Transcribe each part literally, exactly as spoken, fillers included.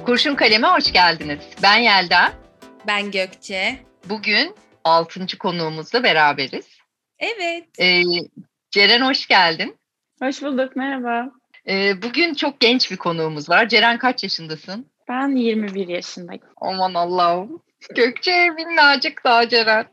Kurşun Kalem'e hoş geldiniz. Ben Yelda. Ben Gökçe. Bugün altıncı konuğumuzla beraberiz. Evet. Ee, Ceren hoş geldin. Hoş bulduk, merhaba. Ee, bugün çok genç bir konuğumuz var. Ceren kaç yaşındasın? Ben yirmi bir yaşındayım. Aman Allah'ım. Gökçe minnacık daha Ceren.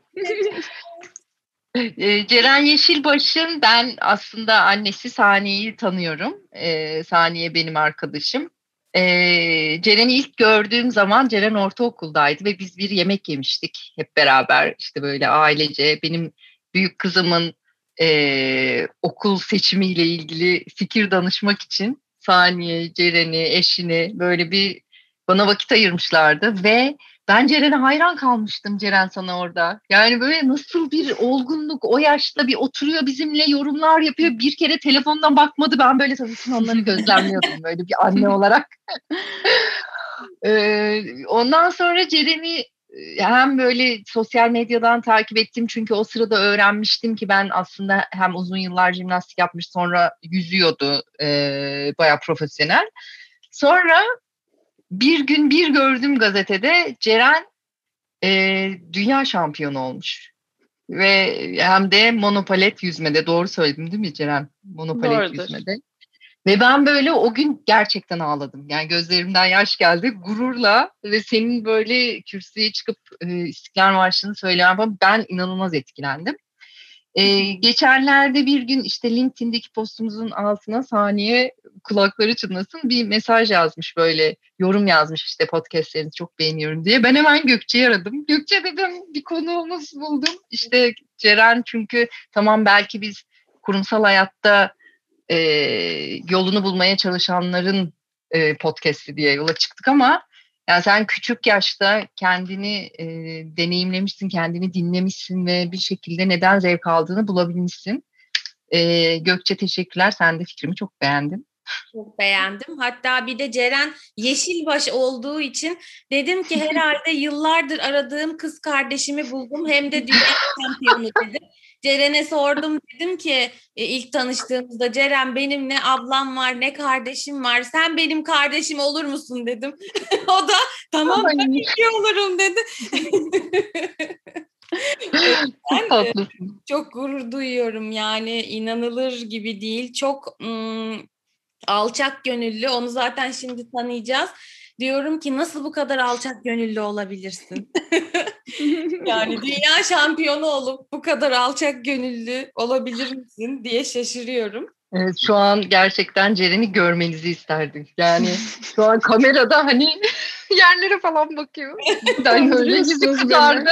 ee, Ceren Yeşilbaş'ın ben aslında annesi Saniye'yi tanıyorum. Ee, Saniye benim arkadaşım. Ee, Ceren'i ilk gördüğüm zaman Ceren ortaokuldaydı ve biz bir yemek yemiştik hep beraber, işte böyle ailece. Benim büyük kızımın e, okul seçimiyle ilgili fikir danışmak için Saniye, Ceren'i, eşini böyle bir bana vakit ayırmışlardı ve ben Ceren'e hayran kalmıştım. Ceren sana orada. Yani böyle nasıl bir olgunluk, o yaşta bir oturuyor bizimle yorumlar yapıyor. Bir kere telefondan bakmadı. Ben böyle tabii onları gözlemliyordum böyle bir anne olarak. ee, ondan sonra Ceren'i hem böyle sosyal medyadan takip ettim. Çünkü o sırada öğrenmiştim ki ben aslında hem uzun yıllar jimnastik yapmış, sonra yüzüyordu e, bayağı profesyonel. Sonra bir gün bir gördüm gazetede, Ceren e, dünya şampiyonu olmuş. Ve hem de monopalet yüzmede. Doğru söyledim değil mi Ceren? Monopalet Doğrudur. yüzmede. Ve ben böyle o gün gerçekten ağladım. Yani gözlerimden yaş geldi gururla ve senin böyle kürsüye çıkıp e, İstiklal Marşı'nı söylemen falan, ben inanılmaz etkilendim. Ee, geçenlerde bir gün işte LinkedIn'deki postumuzun altına Saniye kulakları çınlasın bir mesaj yazmış, böyle yorum yazmış, işte podcastlerinizi çok beğeniyorum diye. Ben hemen Gökçe'yi aradım. Gökçe dedim, bir konuğumuz buldum. İşte Ceren, çünkü tamam belki biz kurumsal hayatta e, yolunu bulmaya çalışanların e, podcast'i diye yola çıktık ama yani sen küçük yaşta kendini e, deneyimlemişsin, kendini dinlemişsin ve bir şekilde neden zevk aldığını bulabilmişsin. E, Gökçe teşekkürler. Sen de fikrimi çok beğendin. Çok beğendim. Hatta bir de Ceren Yeşilbaş olduğu için dedim ki herhalde yıllardır aradığım kız kardeşimi buldum. Hem de dünya şampiyonu dedim. Ceren'e sordum, dedim ki e, ilk tanıştığımızda, Ceren benim ne ablam var ne kardeşim var. Sen benim kardeşim olur musun dedim. O da tamam ben iyi olurum dedi. Çok tatlısın. Çok gurur duyuyorum, yani inanılır gibi değil. Çok ım, alçak gönüllü, onu zaten şimdi tanıyacağız. Diyorum ki nasıl bu kadar alçak gönüllü olabilirsin? Yani dünya şampiyonu olup bu kadar alçak gönüllü olabilir misin diye şaşırıyorum. Evet, şu an gerçekten Ceren'i görmenizi isterdim. Yani şu an kamerada hani yerlere falan bakıyor. Yani öyle yüzü kızardı.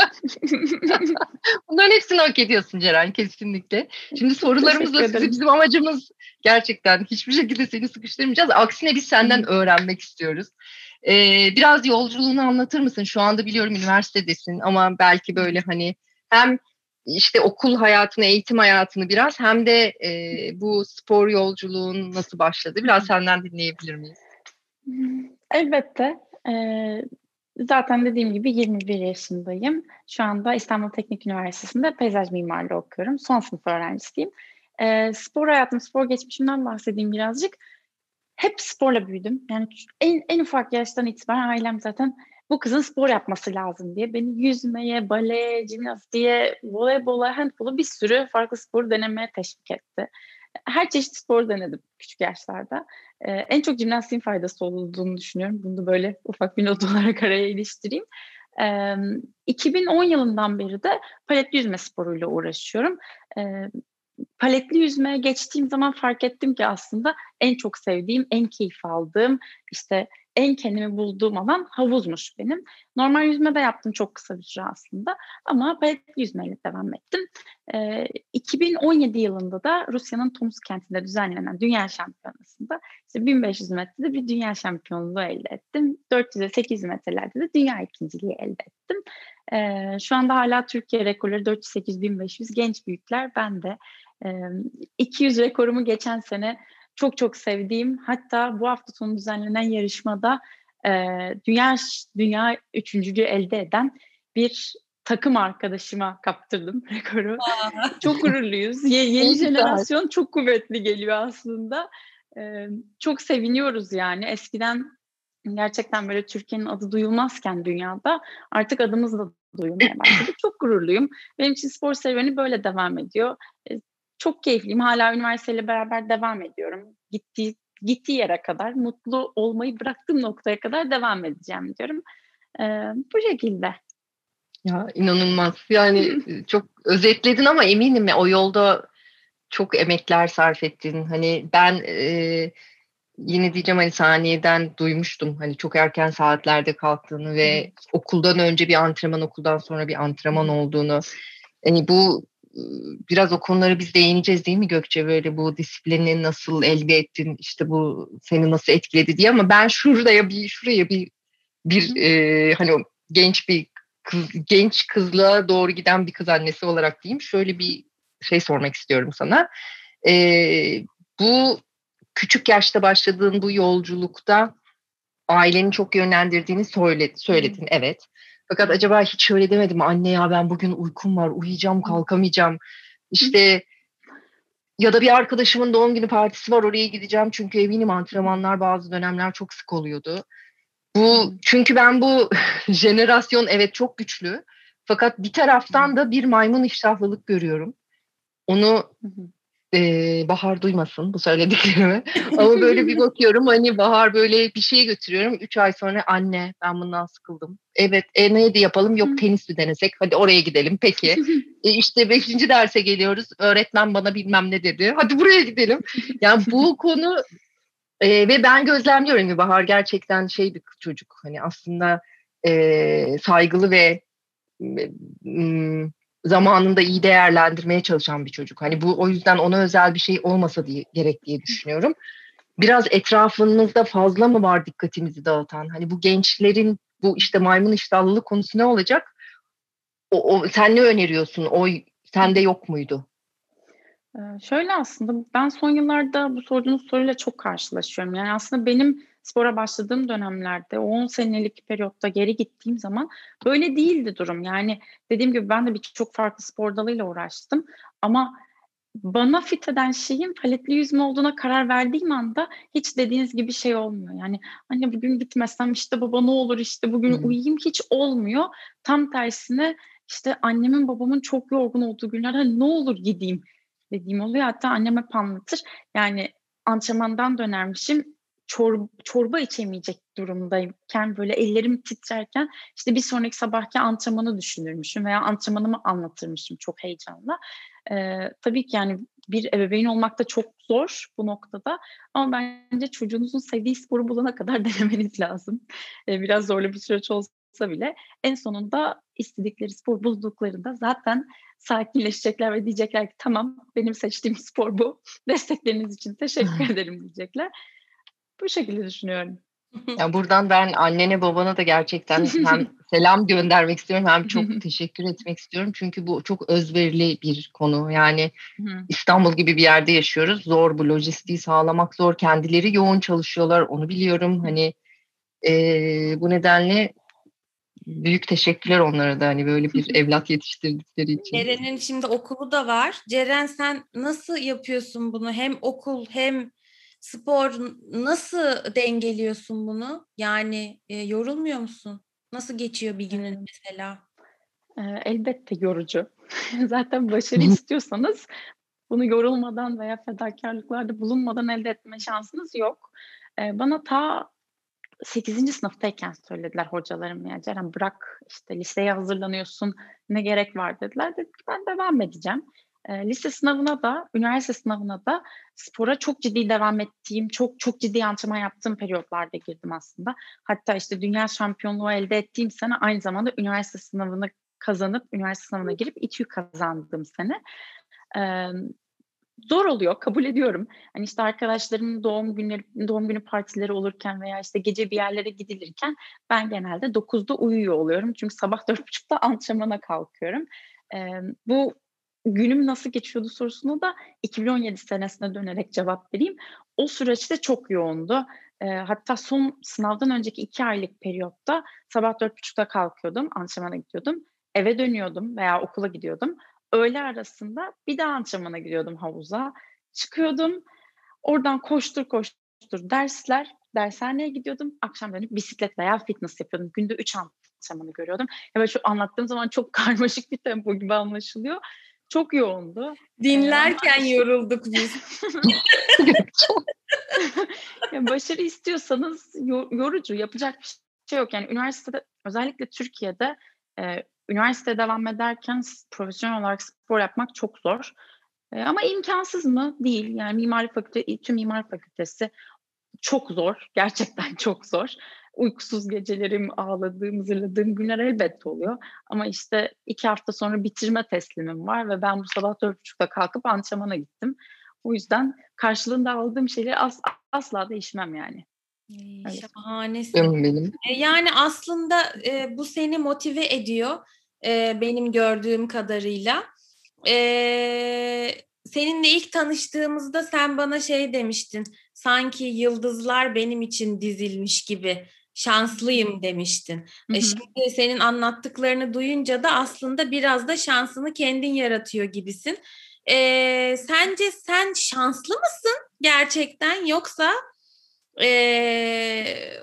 Bunların hepsini hak ediyorsun Ceren, kesinlikle. Şimdi sorularımızla sizi, bizim amacımız gerçekten hiçbir şekilde seni sıkıştırmayacağız. Aksine biz senden öğrenmek istiyoruz. Ee, biraz yolculuğunu anlatır mısın? Şu anda biliyorum üniversitedesin ama belki böyle hani hem işte okul hayatını, eğitim hayatını biraz, hem de e, bu spor yolculuğun nasıl başladı? Biraz senden dinleyebilir miyiz? Elbette. Ee, zaten dediğim gibi yirmi bir yaşındayım. Şu anda İstanbul Teknik Üniversitesi'nde peyzaj mimarlığı okuyorum. Son sınıf öğrencisiyim. Ee, spor hayatım, spor geçmişimden bahsedeyim birazcık. Hep sporla büyüdüm. Yani en, en ufak yaştan itibaren ailem zaten bu kızın spor yapması lazım diye beni yüzmeye, baleye, jimnastiğe, voleybola, handbola, bir sürü farklı spor denemeye teşvik etti. Her çeşit spor denedim küçük yaşlarda. Ee, en çok jimnastiğin faydası olduğunu düşünüyorum. Bunu da böyle ufak bir not olarak araya iliştireyim. Ee, iki bin on yılından beri de paletli yüzme sporuyla uğraşıyorum. Ee, Paletli yüzmeye geçtiğim zaman fark ettim ki aslında en çok sevdiğim, en keyif aldığım, işte en kendimi bulduğum alan havuzmuş benim. Normal yüzme de yaptım çok kısa bir süre aslında ama paletli yüzmeyle devam ettim. Ee, iki bin on yedi yılında da Rusya'nın Tomsk kentinde düzenlenen Dünya Şampiyonası'nda işte bin beş yüz metrede bir dünya şampiyonluğu elde ettim. dört yüz ve sekiz yüz metrelerde de dünya ikinciliği elde ettim. Ee, şu anda hala Türkiye rekorları dört yüz, sekiz yüz, bin beş yüz, genç büyükler ben de. iki yüz rekorumu geçen sene çok çok sevdiğim, hatta bu hafta sonu düzenlenen yarışmada e, dünya dünya üçüncülüğü elde eden bir takım arkadaşıma kaptırdım rekoru. Aa. Çok gururluyuz. Ye- yeni jenerasyon çok kuvvetli geliyor aslında. E, çok seviniyoruz yani. Eskiden gerçekten böyle Türkiye'nin adı duyulmazken dünyada artık adımız da duyulmaya başladı. Çok gururluyum. Benim için spor serüveni böyle devam ediyor. E, çok keyifliyim. Hala üniversiteyle beraber devam ediyorum. Gittiği gittiği yere kadar, mutlu olmayı bıraktığım noktaya kadar devam edeceğim diyorum. E, bu şekilde. Ya inanılmaz. Yani çok özetledin ama eminim ya, o yolda çok emekler sarf ettin. Hani ben e, yine diyeceğim, hani saniyeden duymuştum. Hani çok erken saatlerde kalktığını ve okuldan önce bir antrenman, okuldan sonra bir antrenman olduğunu. Hani bu e, biraz o konuları biz değineceğiz değil mi Gökçe? Böyle bu disiplini nasıl elde ettin, işte bu seni nasıl etkiledi diye, ama ben şuraya bir şuraya bir bir e, hani o genç bir kız, genç kızlığa doğru giden bir kız annesi olarak diyeyim, şöyle bir şey sormak istiyorum sana. E, bu küçük yaşta başladığın bu yolculukta ailenin çok yönlendirdiğini söyle, söyledin, evet. Fakat acaba hiç şöyle demedim mi? Anne ya, ben bugün uykum var, uyuyacağım, kalkamayacağım. İşte ya da bir arkadaşımın doğum günü partisi var, oraya gideceğim çünkü eminim antrenmanlar bazı dönemler çok sık oluyordu. Bu çünkü ben bu jenerasyon evet çok güçlü. Fakat bir taraftan da bir maymun iştahlılık görüyorum. Onu e, Bahar duymasın bu söylediklerimi. Ama böyle bir bakıyorum, hani Bahar böyle bir şeye götürüyorum. Üç ay sonra anne ben bundan sıkıldım. Evet, e, neydi yapalım? Yok, tenis mi denesek? Hadi oraya gidelim. Peki. E, işte beşinci derse geliyoruz. Öğretmen bana bilmem ne dedi. Hadi buraya gidelim. Yani bu konu e, ve ben gözlemliyorum ki Bahar gerçekten şey bir çocuk. Hani aslında e, saygılı ve m, zamanında iyi değerlendirmeye çalışan bir çocuk. Hani bu o yüzden ona özel bir şey olmasa diye gerek diye düşünüyorum. Biraz etrafınızda fazla mı var dikkatimizi dağıtan? Hani bu gençlerin bu işte maymun iştahlılık konusu ne olacak? O, o sen ne öneriyorsun? O sende yok muydu? Ee, şöyle aslında ben son yıllarda bu sorduğunuz soruyla çok karşılaşıyorum. Yani aslında benim spora başladığım dönemlerde o on senelik periyotta geri gittiğim zaman böyle değildi durum. Yani dediğim gibi ben de birçok farklı spor dalıyla uğraştım ama bana fit eden şeyin paletli yüzme olduğuna karar verdiğim anda hiç dediğiniz gibi şey olmuyor. Yani anne bugün gitmesem, işte baba ne olur, işte bugün Hmm. uyuyayım, hiç olmuyor. Tam tersine işte annemin babamın çok yorgun olduğu günlerde hani ne olur gideyim dediğim oluyor. Hatta annem hep anlatır. Yani antrenmandan dönermişim. Çor- çorba içemeyecek durumdayken böyle ellerim titrerken işte bir sonraki sabahki antrenmanı düşünürmüşüm veya antrenmanımı anlatırmışım çok heyecanla. Ee, tabii ki yani bir ebeveyn olmak da çok zor bu noktada ama bence çocuğunuzun sevdiği sporu bulana kadar denemeniz lazım. Ee, biraz zorlu bir süreç olsa bile en sonunda istedikleri spor bulduklarında zaten sakinleşecekler ve diyecekler ki tamam, benim seçtiğim spor bu. Destekleriniz için teşekkür ederim diyecekler. Bu şekilde düşünüyorum. Yani buradan ben annene babana da gerçekten hem selam göndermek istiyorum hem çok teşekkür etmek istiyorum. Çünkü bu çok özverili bir konu. Yani İstanbul gibi bir yerde yaşıyoruz. Zor, bu lojistiği sağlamak zor. Kendileri yoğun çalışıyorlar. Onu biliyorum. Hani e, bu nedenle büyük teşekkürler onlara da, hani böyle bir evlat yetiştirdikleri için. Ceren'in şimdi okulu da var. Ceren, sen nasıl yapıyorsun bunu? Hem okul hem spor, nasıl dengeliyorsun bunu? Yani e, yorulmuyor musun? Nasıl geçiyor bir günün mesela? Ee, elbette yorucu. Zaten başarı istiyorsanız bunu yorulmadan veya fedakarlıklarda bulunmadan elde etme şansınız yok. Ee, bana ta sekizinci sınıftayken söylediler hocalarım, ya Ceren bırak, işte liseye hazırlanıyorsun, ne gerek var dediler. Dedim ki ben devam edeceğim. E, lise sınavına da, üniversite sınavına da spora çok ciddi devam ettiğim, çok çok ciddi antrenman yaptığım periyotlarda girdim aslında. Hatta işte dünya şampiyonluğu elde ettiğim sene aynı zamanda üniversite sınavını kazanıp, üniversite sınavına girip İTÜ kazandığım sene. E, Zor oluyor, kabul ediyorum. Hani işte arkadaşlarımın doğum günleri, doğum günü partileri olurken veya işte gece bir yerlere gidilirken ben genelde dokuzda uyuyor oluyorum. Çünkü sabah dört buçukta antrenmana kalkıyorum. Ee, bu günüm nasıl geçiyordu sorusuna da iki bin on yedi senesine dönerek cevap vereyim. O süreçte çok yoğundu. Ee, hatta son sınavdan önceki iki aylık periyotta sabah dört buçukta kalkıyordum, antrenmana gidiyordum. Eve dönüyordum veya okula gidiyordum. Öğle arasında bir daha antrenmana gidiyordum havuza. Çıkıyordum. Oradan koştur koştur dersler. dershaneye gidiyordum. Akşam dönüp bisiklet veya fitness yapıyordum. Günde üç antrenmanı görüyordum. Ya böyle şu anlattığım zaman çok karmaşık bir tempo gibi anlaşılıyor. Çok yoğundu. Dinlerken Ee, yorulduk biz. Ya başarı istiyorsanız yorucu, yapacak bir şey yok. Yani üniversitede, özellikle Türkiye'de e, üniversiteye devam ederken profesyonel olarak spor yapmak çok zor. E, ama imkansız mı? Değil. Yani mimari fakülte, tüm mimari fakültesi çok zor. Gerçekten çok zor. Uykusuz gecelerim, ağladığım, zırladığım günler elbette oluyor. Ama işte iki hafta sonra bitirme teslimim var ve ben bu sabah dört buçukta kalkıp antrenmana gittim. O yüzden karşılığında aldığım şeyleri as, asla değişmem yani. Evet. Şahanesin. Benim. Yani aslında e, bu seni motive ediyor e, benim gördüğüm kadarıyla. E, seninle ilk tanıştığımızda sen bana şey demiştin. Sanki yıldızlar benim için dizilmiş gibi. Şanslıyım demiştin. Hı hı. E, şimdi senin anlattıklarını duyunca da aslında biraz da şansını kendin yaratıyor gibisin. E, sence sen şanslı mısın gerçekten, yoksa Ee,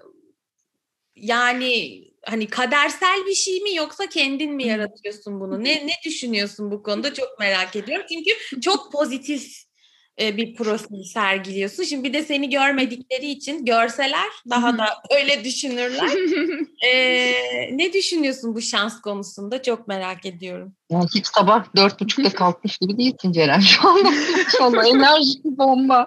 yani hani kadersel bir şey mi, yoksa kendin mi yaratıyorsun bunu? Ne ne düşünüyorsun bu konuda? Çok merak ediyorum. Çünkü çok pozitif e, bir profil sergiliyorsun. Şimdi bir de seni görmedikleri için, görseler daha da öyle düşünürler. Ee, ne düşünüyorsun bu şans konusunda? Çok merak ediyorum. Yani hiç sabah dört buçukta kalkmış gibi değilsin Ceren şu anda. İnşallah enerjik bomba.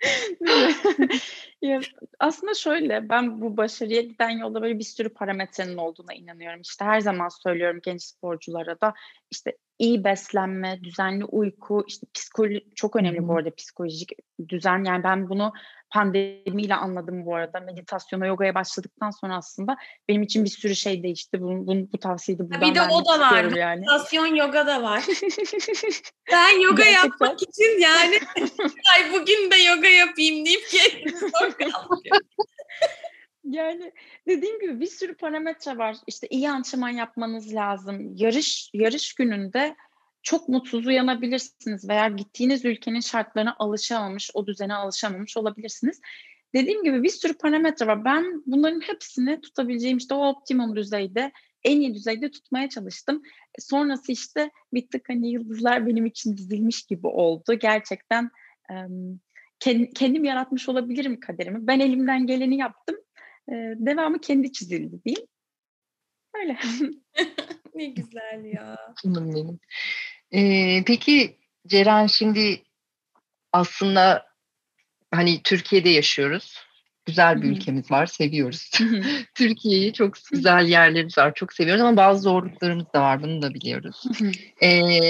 Ya, aslında şöyle, ben bu başarıya giden yolda böyle bir sürü parametrenin olduğuna inanıyorum. İşte her zaman söylüyorum genç sporculara da, işte iyi beslenme, düzenli uyku, işte psikoloji çok önemli. Hı-hı. Bu arada psikolojik düzen. Yani ben bunu pandemiyle anladım bu arada. Meditasyona, yogaya başladıktan sonra aslında benim için bir sürü şey değişti. Bunu, bunu bu tavsiyeyi de buradan bir de vermek o da var. istiyorum yani. Meditasyon, yoga da var. Ben yoga Gerçekten yapmak için yani ay bugün de yoga yapayım deyip kendimi zor kaldırıyorum. Yani dediğim gibi bir sürü parametre var. İşte iyi antrenman yapmanız lazım. Yarış yarış gününde çok mutsuz uyanabilirsiniz veya gittiğiniz ülkenin şartlarına alışamamış, o düzene alışamamış olabilirsiniz. Dediğim gibi bir sürü parametre var. Ben bunların hepsini tutabileceğim işte o optimum düzeyde, en iyi düzeyde tutmaya çalıştım. Sonrası işte bir tık hani yıldızlar benim için dizilmiş gibi oldu. Gerçekten um, kendim yaratmış olabilirim kaderimi. Ben elimden geleni yaptım. Ee, devamı kendi çizildi diyeyim. Öyle. Ne güzel ya. Benim. Ee, peki Ceren, şimdi aslında hani Türkiye'de yaşıyoruz. Güzel bir ülkemiz var, seviyoruz. Türkiye'yi çok güzel yerlerimiz var, çok seviyoruz ama bazı zorluklarımız da var, bunu da biliyoruz. ee,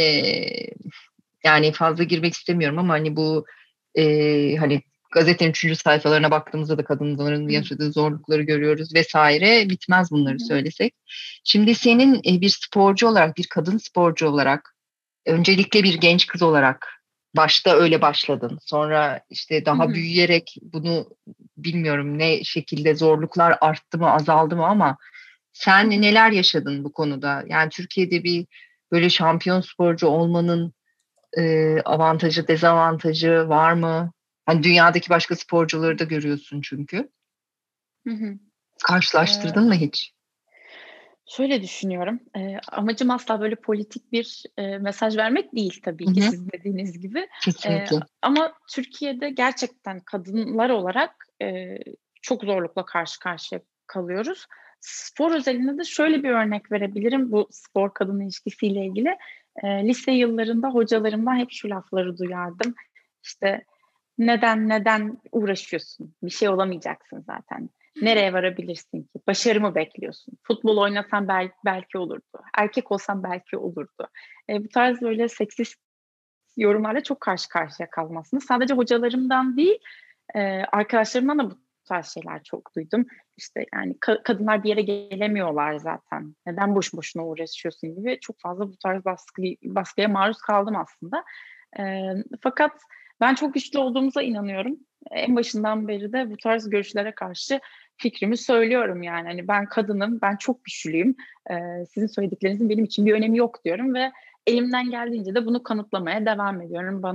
yani fazla girmek istemiyorum ama hani bu e, hani gazetenin üçüncü sayfalarına baktığımızda da kadınların yaşadığı zorlukları görüyoruz vesaire. Bitmez bunları söylesek. Şimdi senin e, bir sporcu olarak, bir kadın sporcu olarak, öncelikle bir genç kız olarak başta öyle başladın. Sonra işte daha büyüyerek bunu bilmiyorum ne şekilde zorluklar arttı mı, azaldı mı ama sen neler yaşadın bu konuda? Yani Türkiye'de bir böyle şampiyon sporcu olmanın e, avantajı, dezavantajı var mı? Hani dünyadaki başka sporcuları da görüyorsun çünkü. Hı hı. Karşılaştırdın ee, mı hiç? Şöyle düşünüyorum. E, amacım asla böyle politik bir e, mesaj vermek değil tabii ki, siz dediğiniz gibi. E, ama Türkiye'de gerçekten kadınlar olarak e, çok zorlukla karşı karşıya kalıyoruz. Spor özelinde de şöyle bir örnek verebilirim bu spor kadın ilişkisiyle ilgili. E, lise yıllarında hocalarımdan hep şu lafları duyardım. İşte neden neden uğraşıyorsun? Bir şey olamayacaksın zaten. Nereye varabilirsin ki? Başarı mı bekliyorsun? Futbol oynasan belki, belki olurdu. Erkek olsan belki olurdu. E, bu tarz böyle seksist yorumlarla çok karşı karşıya kalmasınız. Sadece hocalarımdan değil, e, arkadaşlarımdan da bu tarz şeyler çok duydum. İşte yani ka- kadınlar bir yere gelemiyorlar zaten. Neden boş boşuna uğraşıyorsun gibi çok fazla bu tarz baskı, baskıya maruz kaldım aslında. E, fakat ben çok güçlü olduğumuza inanıyorum. En başından beri de bu tarz görüşlere karşı fikrimi söylüyorum yani. Hani ben kadınım, ben çok güçlüyüm. Ee, sizin söylediklerinizin benim için bir önemi yok diyorum ve elimden geldiğince de bunu kanıtlamaya devam ediyorum. Bana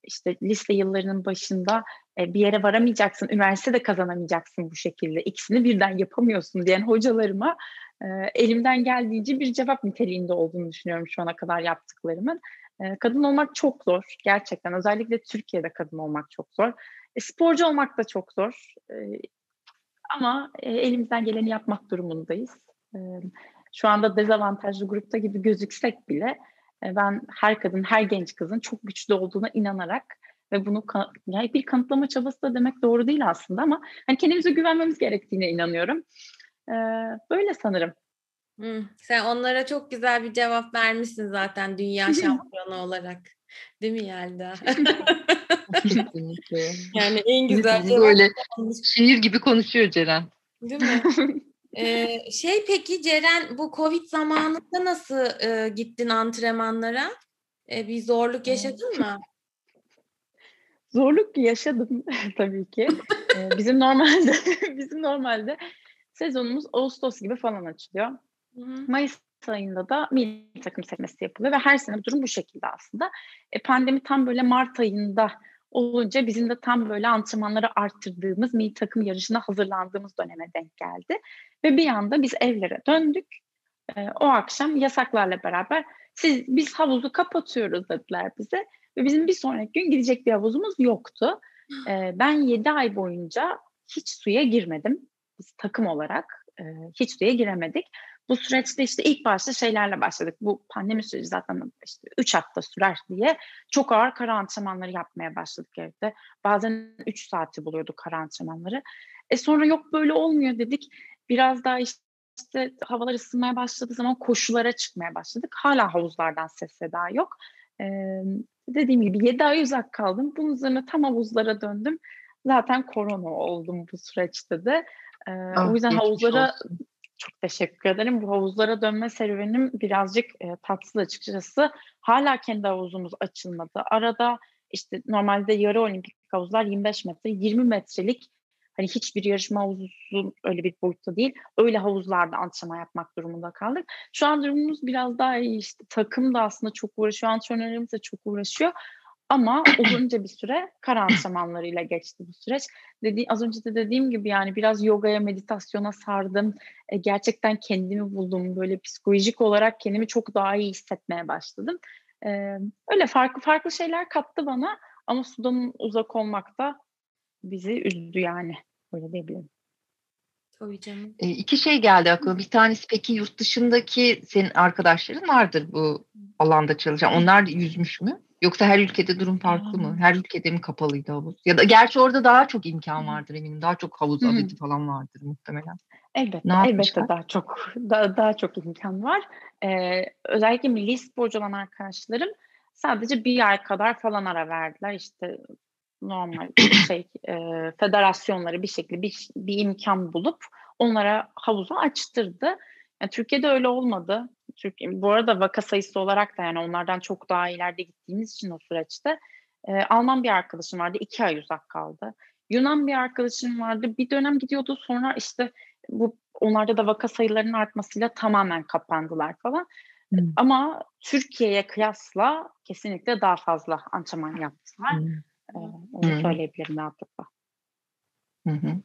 işte lise yıllarının başında e, bir yere varamayacaksın, üniversite de kazanamayacaksın bu şekilde. İkisini birden yapamıyorsun diyen hocalarıma e, elimden geldiğince bir cevap niteliğinde olduğunu düşünüyorum şu ana kadar yaptıklarımın. E, kadın olmak çok zor gerçekten. Özellikle Türkiye'de kadın olmak çok zor. E, sporcu olmak da çok zor. E, ama e, elimizden geleni yapmak durumundayız. E, şu anda dezavantajlı grupta gibi gözüksek bile e, ben her kadın, her genç kızın çok güçlü olduğuna inanarak ve bunu ka- yani bir kanıtlama çabası da demek doğru değil aslında ama hani kendimize güvenmemiz gerektiğine inanıyorum. E, böyle sanırım. Hı, sen onlara çok güzel bir cevap vermişsin zaten dünya şampiyonu olarak. Değil mi Yelda? Kesinlikle. Yani en güzel Biz cevap böyle olmuş. şiir gibi konuşuyor Ceren. Değil mi? Ee, şey peki Ceren, bu Covid zamanında nasıl e, gittin antrenmanlara? E, bir zorluk yaşadın mı? Zorluk yaşadım tabii ki. Ee, bizim normalde bizim normalde sezonumuz Ağustos gibi falan açılıyor. Hı-hı. Mayıs ayında da milli takım seçmesi yapılıyor ve her sene bu durum bu şekilde aslında. E, pandemi tam böyle Mart ayında olunca bizim de tam böyle antrenmanları arttırdığımız, milli takım yarışına hazırlandığımız döneme denk geldi. Ve bir anda biz evlere döndük. E, o akşam yasaklarla beraber siz biz havuzu kapatıyoruz dediler bize. Ve bizim bir sonraki gün gidecek bir havuzumuz yoktu. E, ben yedi ay boyunca hiç suya girmedim. Biz takım olarak e, hiç suya giremedik. Bu süreçte işte ilk başta şeylerle başladık. Bu pandemi süreci zaten işte üç hafta sürer diye çok ağır kara antrenmanları yapmaya başladık evde. Bazen üç saati buluyordu kara antrenmanları. E sonra yok böyle olmuyor dedik. Biraz daha işte işte havalar ısınmaya başladığı zaman koşulara çıkmaya başladık. Hala havuzlardan ses seda yok. Ee, dediğim gibi yedi ay uzak kaldım. Bunun üzerine tam havuzlara döndüm. Zaten korona oldum bu süreçte de. Ee, o Ah, yüzden geçmiş havuzlara olsun. çok teşekkür ederim. Bu havuzlara dönme serüvenim birazcık e, tatsız açıkçası. Hala kendi havuzumuz açılmadı. Arada işte normalde yarı olimpik havuzlar yirmi beş metre, yirmi metrelik hani hiçbir yarışma havuzu öyle bir boyutta değil. Öyle havuzlarda antrenman yapmak durumunda kaldık. Şu an durumumuz biraz daha iyi işte. Takım da aslında çok uğraşıyor. Antrenörlerimiz de çok uğraşıyor. Ama uzunca bir süre kara antrenmanlarıyla geçti bu süreç. Dedi, az önce de dediğim gibi yani biraz yogaya, meditasyona sardım. E, gerçekten kendimi buldum. Böyle psikolojik olarak kendimi çok daha iyi hissetmeye başladım. E, öyle farklı farklı şeyler kattı bana. Ama sudan uzak olmak da bizi üzdü yani. Öyle diyebilirim. Tabii canım. E, iki şey geldi aklıma. Bir tanesi peki yurt dışındaki senin arkadaşların vardır bu alanda çalışan. Onlar da yüzmüş mü? Yoksa her ülkede durum farklı mı? Her ülkede mi kapalıydı havuz? Ya da gerçi orada daha çok imkan vardır eminim. Daha çok havuz adeti falan vardır muhtemelen. Ne Elbette, elbette yapmışlar? daha çok daha, daha çok imkan var. Ee, özellikle milli sporcu olan arkadaşlarım sadece bir ay kadar falan ara verdiler. İşte normal şey e, federasyonları bir şekilde bir, bir imkan bulup onlara havuzu açtırdı. Yani Türkiye'de öyle olmadı. Türkiye, bu arada vaka sayısı olarak da yani onlardan çok daha ileride gittiğimiz için o süreçte e, Alman bir arkadaşım vardı, iki ay uzak kaldı. Yunan bir arkadaşım vardı, bir dönem gidiyordu, sonra işte bu onlarda da vaka sayılarının artmasıyla tamamen kapandılar falan. Hmm. Ama Türkiye'ye kıyasla kesinlikle daha fazla antrenman yaptılar. Hmm. Ee, onu Hmm. söyleyebilirim rahatlıkla. Hı hı.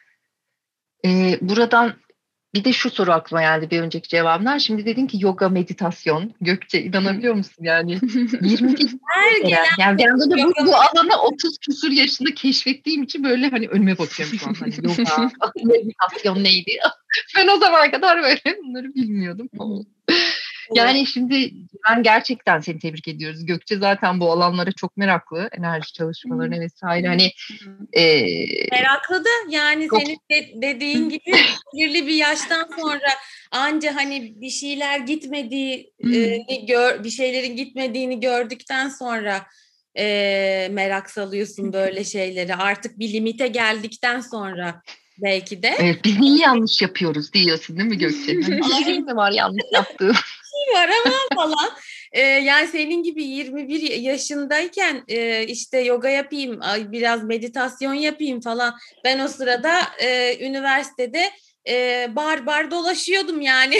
Ee, buradan bir de şu soru aklıma geldi bir önceki cevabından. Şimdi dedin ki yoga, meditasyon. Gökçe inanabiliyor musun yani? yirmi bir Her Eren. gelen Yani ben de bu, yoga bu alanı otuz küsur yaşında keşfettiğim için böyle hani önüme bakıyorum şu an. Hani yoga, meditasyon neydi? Ben o zamana kadar böyle bunları bilmiyordum. Yani şimdi ben gerçekten seni tebrik ediyoruz. Gökçe zaten bu alanlara çok meraklı. Enerji çalışmalarına vesaire. Hani e, meraklı da yani çok... senin de dediğin gibi belirli bir yaştan sonra anca hani bir şeyler gitmediği e, gör, bir şeylerin gitmediğini gördükten sonra e, merak salıyorsun böyle şeyleri. Artık bir limite geldikten sonra belki de. Evet, biz neyi yanlış yapıyoruz diyorsun değil mi Gökçe? Yani bir şey mi var yanlış yaptığım? var ama falan. Ee, yani senin gibi yirmi bir yaşındayken e, işte yoga yapayım, biraz meditasyon yapayım falan. Ben o sırada e, üniversitede e, bar bar dolaşıyordum yani.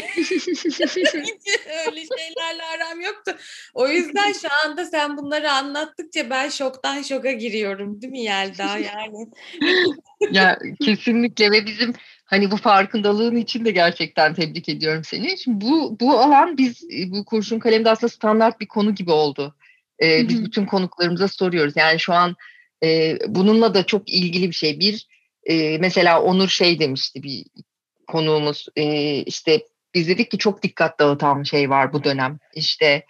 Hiç öyle şeylerle aram yoktu. O yüzden şu anda sen bunları anlattıkça ben şoktan şoka giriyorum, değil mi Yelda yani? Ya kesinlikle ve bizim hani bu farkındalığın için de gerçekten tebrik ediyorum seni. Şimdi bu bu alan biz bu Kurşun Kalem'de aslında standart bir konu gibi oldu. Ee, biz bütün konuklarımıza soruyoruz. Yani şu an e, bununla da çok ilgili bir şey. Bir e, mesela Onur şey demişti bir konuğumuz e, işte biz dedik ki çok dikkat dağıtan şey var bu dönem. İşte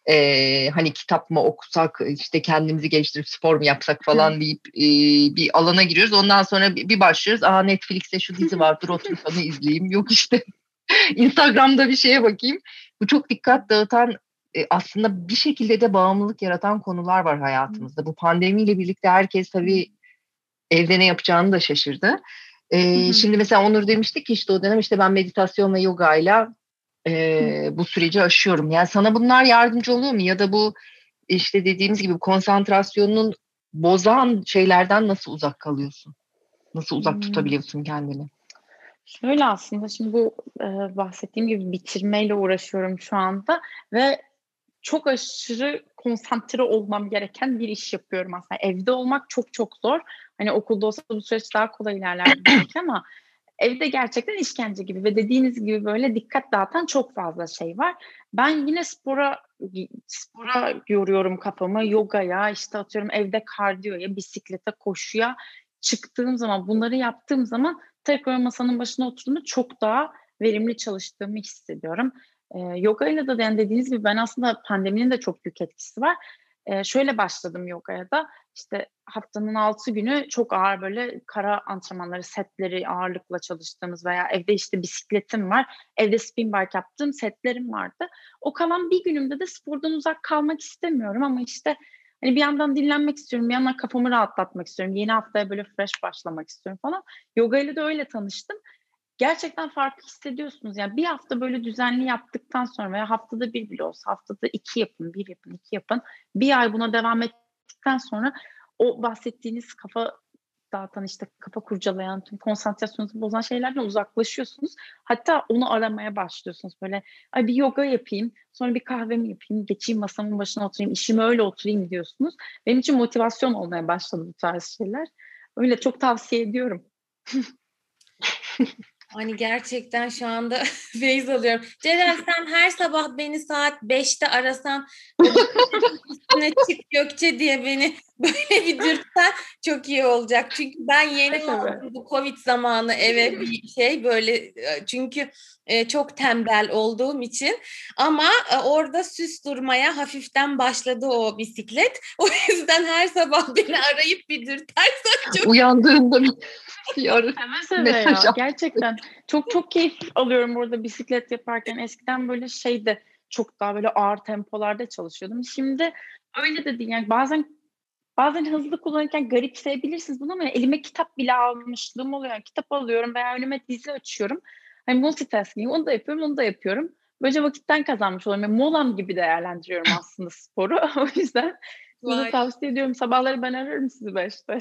e, hani kitap mı okusak işte kendimizi geliştirip spor mu yapsak falan deyip e, bir alana giriyoruz. Ondan sonra bir, bir başlıyoruz. Aa Netflix'te şu dizi var dur oturup onu izleyeyim. Yok işte Instagram'da bir şeye bakayım. Bu çok dikkat dağıtan e, aslında bir şekilde de bağımlılık yaratan konular var hayatımızda. Bu pandemiyle birlikte herkes tabii evde ne yapacağını da şaşırdı. E, şimdi mesela Onur demişti ki işte o dönem işte ben meditasyon ve yogayla e, bu süreci aşıyorum. Yani sana bunlar yardımcı oluyor mu? Ya da bu işte dediğimiz gibi konsantrasyonun bozan şeylerden nasıl uzak kalıyorsun? Nasıl uzak Hmm. tutabiliyorsun kendini? Şöyle aslında şimdi bu e, bahsettiğim gibi bitirmeyle uğraşıyorum şu anda ve çok aşırı konsantre olmam gereken bir iş yapıyorum aslında. Evde olmak çok çok zor. Hani okulda olsa bu süreç daha kolay ilerlerdi belki ama evde gerçekten işkence gibi ve dediğiniz gibi böyle dikkat dağıtan çok fazla şey var. Ben yine spora spora yoruyorum kafamı. Yogaya, işte atıyorum evde kardiyoya, bisiklete, koşuya çıktığım zaman, bunları yaptığım zaman tekrar masanın başına oturduğumda çok daha verimli çalıştığımı hissediyorum. Ee, yoga ile de yani dediğiniz gibi ben aslında pandeminin de çok büyük etkisi var. Ee, şöyle başladım yogaya da. İşte haftanın altı günü çok ağır böyle kara antrenmanları, setleri ağırlıkla çalıştığımız veya evde işte bisikletim var. Evde spin bike yaptığım setlerim vardı. O kalan bir günümde de spordan uzak kalmak istemiyorum ama işte hani bir yandan dinlenmek istiyorum, bir yandan kafamı rahatlatmak istiyorum. Yeni haftaya böyle fresh başlamak istiyorum falan. Yoga ile de öyle tanıştım. Gerçekten farkı hissediyorsunuz. Yani bir hafta böyle düzenli yaptıktan sonra veya haftada bir bile olsa haftada iki yapın, bir yapın, iki yapın. Bir ay buna devam ettikten sonra o bahsettiğiniz kafa dağıtan işte kafa kurcalayan, tüm konsantrasyonunuzu bozan şeylerden uzaklaşıyorsunuz. Hatta onu aramaya başlıyorsunuz. Böyle ay bir yoga yapayım, sonra bir kahvemi yapayım, geçeyim masamın başına oturayım, işime öyle oturayım diyorsunuz. Benim için motivasyon olmaya başladı bu tarz şeyler. Öyle çok tavsiye ediyorum. Hani gerçekten şu anda feyiz alıyorum. Ceren sen her sabah beni saat beşte arasan o üstüne çık Gökçe diye beni böyle bir dürtsen çok iyi olacak. Çünkü ben yeni Evet, aldım evet. bu Covid zamanı eve bir şey böyle çünkü e, çok tembel olduğum için ama e, orada süs durmaya hafiften başladı o bisiklet. O yüzden her sabah beni arayıp bir dürtersen çok Uyandığında bir, bir ara Seve seve mesaj ya. at. Gerçekten çok çok keyif alıyorum burada bisiklet yaparken. Eskiden böyle şeyde çok daha böyle ağır tempolarda çalışıyordum. Şimdi öyle de değil. Yani bazen bazen hızlı kullanırken garipseyebilirsiniz bunu ama elime kitap bile almışlığım oluyor. Yani kitap alıyorum veya önüme dizi açıyorum. Hani multitasking onu da yapıyorum, onu da yapıyorum. Böylece vakitten kazanmış oluyorum. Yani molam gibi değerlendiriyorum aslında sporu. O yüzden size de var. tavsiye ediyorum. Sabahları ben ararım sizi beşte.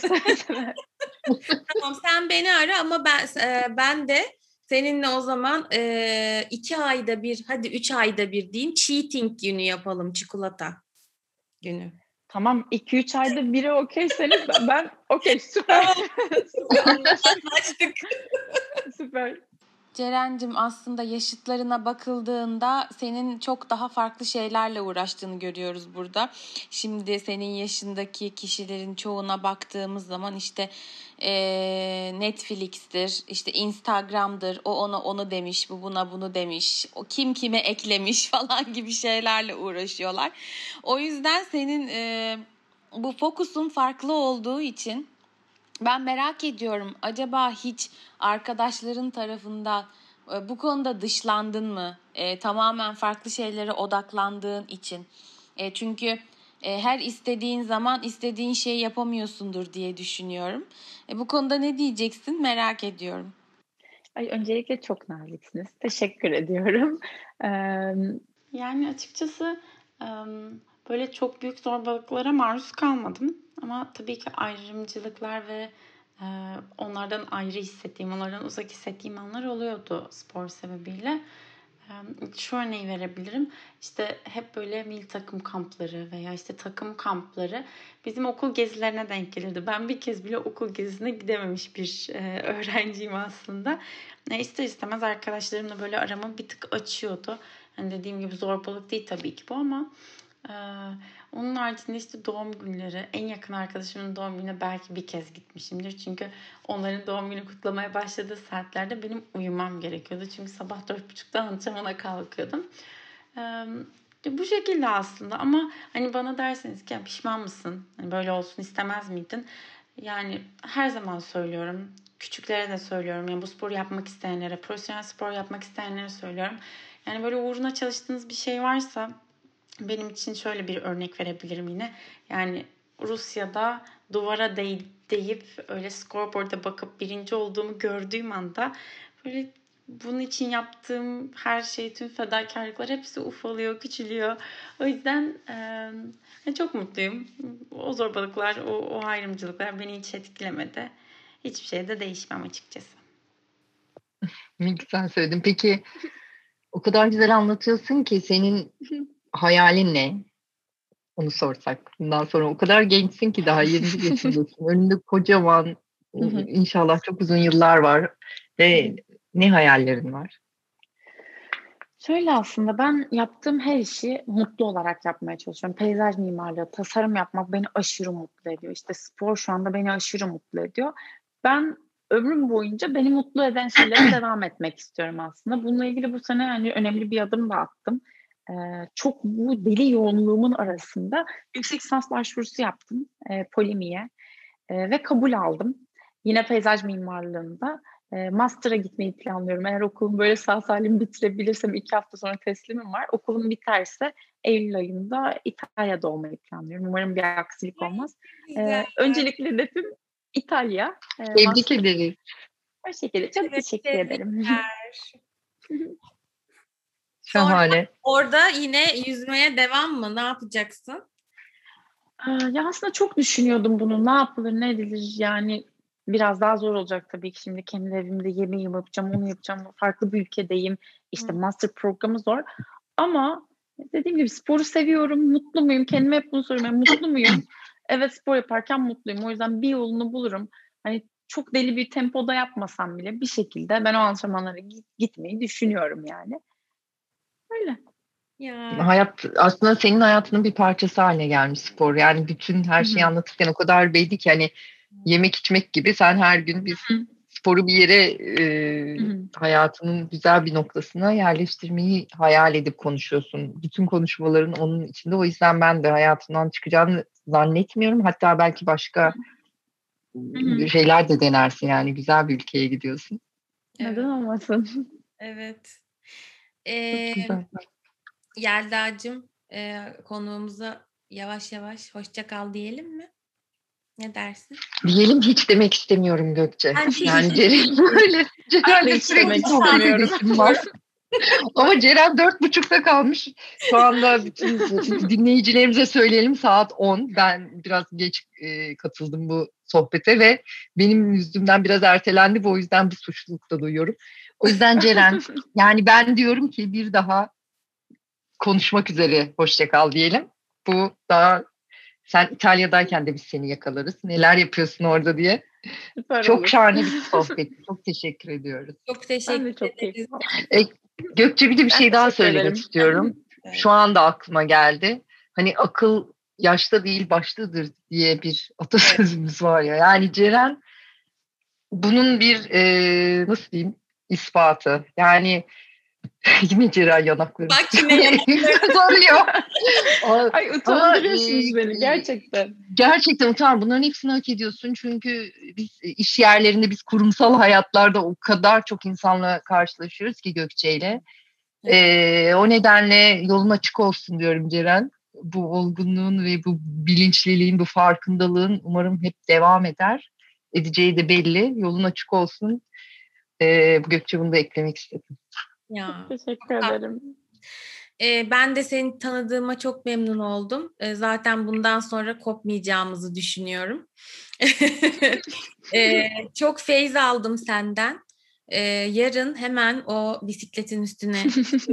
Tamam sen beni ara ama ben e, ben de seninle o zaman e, iki ayda bir hadi üç ayda bir diyeyim cheating günü yapalım çikolata günü. Tamam, iki üç ayda biri okeyseniz ben, ben okey süper. Tamam. Anlaştık. Süper. Ceren'cim aslında yaşıtlarına bakıldığında senin çok daha farklı şeylerle uğraştığını görüyoruz burada. Şimdi senin yaşındaki kişilerin çoğuna baktığımız zaman işte e, Netflix'tir, işte Instagram'dır, o ona onu demiş, bu buna bunu demiş, o kim kime eklemiş falan gibi şeylerle uğraşıyorlar. O yüzden senin e, bu fokusun farklı olduğu için ben merak ediyorum, acaba hiç arkadaşların tarafından e, bu konuda dışlandın mı? E, tamamen farklı şeylere odaklandığın için. E, çünkü e, her istediğin zaman istediğin şeyi yapamıyorsundur diye düşünüyorum. E, bu konuda ne diyeceksin merak ediyorum. Ay, öncelikle çok naziksiniz. Teşekkür ediyorum. Ee, yani açıkçası böyle çok büyük zorbalıklara maruz kalmadım. Ama tabii ki ayrımcılıklar ve Ee, onlardan ayrı hissettiğim, onlardan uzak hissettiğim anlar oluyordu spor sebebiyle. Şu örneği verebilirim. İşte hep böyle milli takım kampları veya işte takım kampları bizim okul gezilerine denk gelirdi. Ben bir kez bile okul gezisine gidememiş bir e, öğrenciyim aslında. E, ister istemez arkadaşlarımla böyle aramı bir tık açıyordu. Hani dediğim gibi zorbalık değil tabii ki bu ama e, onun haricinde işte doğum günleri, en yakın arkadaşımın doğum gününe belki bir kez gitmişimdir. Çünkü onların doğum günü kutlamaya başladığı saatlerde benim uyumam gerekiyordu. Çünkü sabah dört buçukta antrenmana kalkıyordum. Ee, bu şekilde aslında ama hani bana derseniz ki pişman mısın? Hani böyle olsun istemez miydin? Yani her zaman söylüyorum. Küçüklere de söylüyorum. Yani bu spor yapmak isteyenlere, profesyonel spor yapmak isteyenlere söylüyorum. Yani böyle uğruna çalıştığınız bir şey varsa benim için şöyle bir örnek verebilirim yine. Yani Rusya'da duvara değ, değip öyle scoreboard'a bakıp birinci olduğumu gördüğüm anda böyle bunun için yaptığım her şey, tüm fedakarlıklar hepsi ufalıyor, küçülüyor. O yüzden e, çok mutluyum. O zorbalıklar, o, o ayrımcılıklar beni hiç etkilemedi. Hiçbir şey de değişmem açıkçası. Ne güzel söyledin. Peki o kadar güzel anlatıyorsun ki senin hayalin ne? Onu sorsak. Bundan sonra o kadar gençsin ki daha yirmi bir yaşındasın. Önünde kocaman inşallah çok uzun yıllar var. Ve ne hayallerin var? Şöyle aslında ben yaptığım her işi mutlu olarak yapmaya çalışıyorum. Peyzaj mimarlığı, tasarım yapmak beni aşırı mutlu ediyor. İşte spor şu anda beni aşırı mutlu ediyor. Ben ömrüm boyunca beni mutlu eden şeylere devam etmek istiyorum aslında. Bununla ilgili bu sene yani önemli bir adım da attım. Ee, çok bu deli yoğunluğumun arasında yüksek lisans başvurusu yaptım e, Polimi'ye e, ve kabul aldım. Yine peyzaj mimarlığında. E, master'a gitmeyi planlıyorum. Eğer okulum böyle sağ salim bitirebilirsem iki hafta sonra teslimim var. Okulum biterse Eylül ayında İtalya'da olmayı planlıyorum. Umarım bir aksilik olmaz. E, öncelikli hedefim İtalya. E, Tebrik ederiz. O şekilde. Çok Evet, teşekkür ederim. Şahane. Sonra orada yine yüzmeye devam mı? Ne yapacaksın? Ya aslında çok düşünüyordum bunu. Ne yapılır, ne edilir? Yani biraz daha zor olacak tabii ki. Şimdi kendi evimde yemeğimi yapacağım, onu yapacağım. Farklı bir ülkedeyim. İşte Hı. master programı zor. Ama dediğim gibi sporu seviyorum. Mutlu muyum? Kendime hep bunu soruyorum. Yani mutlu muyum? Evet, spor yaparken mutluyum. O yüzden bir yolunu bulurum. Hani çok deli bir tempoda yapmasam bile bir şekilde ben o antrenmanlara gitmeyi düşünüyorum yani. Öyle. Ya. Hayat aslında senin hayatının bir parçası haline gelmiş spor. Yani bütün her şeyi anlatırken o kadar belli ki hani yemek içmek gibi sen her gün bir sporu bir yere e, hayatının güzel bir noktasına yerleştirmeyi hayal edip konuşuyorsun. Bütün konuşmaların onun içinde. O yüzden ben de hayatından çıkacağını zannetmiyorum. Hatta belki başka şeyler de denersin yani. Güzel bir ülkeye gidiyorsun. Evet. Neden olmasın? Evet. Ee, Yelda'cığım e, konuğumuza yavaş yavaş hoşça kal diyelim mi? Ne dersin? Diyelim hiç demek istemiyorum Gökçe. Ben yani Ceren böyle. Ceren'le sürekli sohbet edesim var. Ama Ceren dört buçukta kalmış. Şu anda bütün dinleyicilerimize söyleyelim saat on. Ben biraz geç e, katıldım bu sohbete ve benim yüzümden biraz ertelendi. Bu o yüzden bir suçluluk da duyuyorum. O yüzden Ceren yani ben diyorum ki bir daha konuşmak üzere hoşça kal diyelim. Bu daha sen İtalya'dayken de biz seni yakalarız. Neler yapıyorsun orada diye. Süper çok olur. şahane bir sohbet. Çok teşekkür ediyoruz. Çok teşekkür ben de çok ederiz. E, Gökçe bir de bir şey daha söylemek ederim. istiyorum. Evet. Şu anda aklıma geldi. Hani akıl yaşta değil baştadır diye bir atasözümüz evet. var ya. Yani Ceren bunun bir e, nasıl diyeyim ispatı. Yani yine Ceren yanakları. Bak yine yanakları. Soruyor. Ay utandırıyorsunuz beni gerçekten. Gerçekten utan. Bunların hepsini hak ediyorsun. Çünkü biz iş yerlerinde, biz kurumsal hayatlarda o kadar çok insanla karşılaşıyoruz ki Gökçe'yle. Evet. Ee, o nedenle yolun açık olsun diyorum Ceren. Bu olgunluğun ve bu bilinçliliğin, bu farkındalığın umarım hep devam eder. Edeceği de belli. Yolun açık olsun. Ee, bu Gökçe bunu da eklemek istedim. Ya, teşekkür ederim. Ee, ben de seni tanıdığıma çok memnun oldum. Ee, zaten bundan sonra kopmayacağımızı düşünüyorum. e, çok feyz aldım senden. E, yarın hemen o bisikletin üstüne.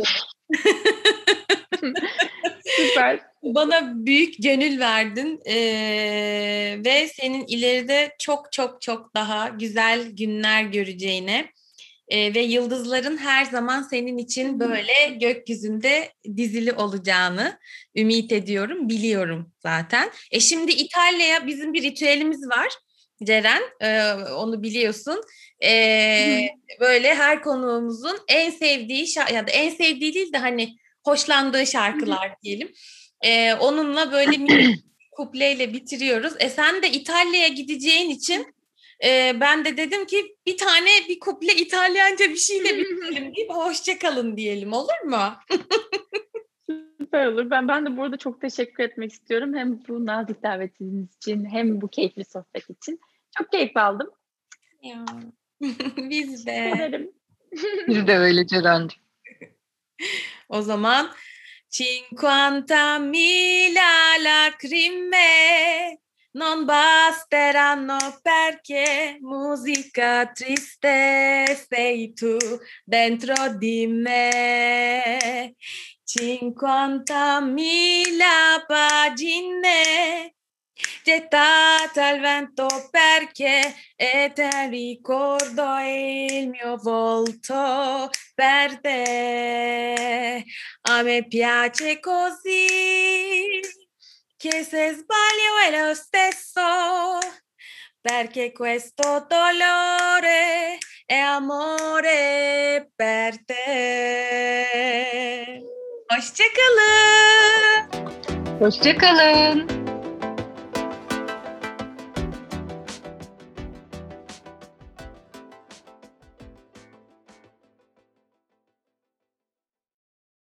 Süper. Bana büyük gönül verdin e, ve senin ileride çok çok çok daha güzel günler göreceğine e, ve yıldızların her zaman senin için böyle gökyüzünde dizili olacağını ümit ediyorum, biliyorum zaten. E şimdi İtalya'ya bizim bir ritüelimiz var Ceren, e, onu biliyorsun. E, böyle her konuğumuzun en sevdiği şa- ya da en sevdiği değil de hani hoşlandığı şarkılar diyelim. E, onunla böyle bir kupleyle bitiriyoruz. E sen de İtalya'ya gideceğin için e, ben de dedim ki bir tane bir kuple İtalyanca bir şeyle bitirelim deyip hoşça kalın diyelim, olur mu? Süper olur. Ben ben de burada çok teşekkür etmek istiyorum. Hem bu nazik davetiniz için hem bu keyifli sohbet için. Çok keyif aldım. Ya. Biz de. Ederim. Biz de öyle Ceren'cim. O zaman cinquantamila lacrime non basteranno perché musica triste sei tu dentro di me. cinquantamila pagine gettate al vento perché e te ricordo il mio volto per te. A me piace così che se sbaglio è lo stesso perché questo dolore è amore per te. Hoşça kalın. Hoşça kalın.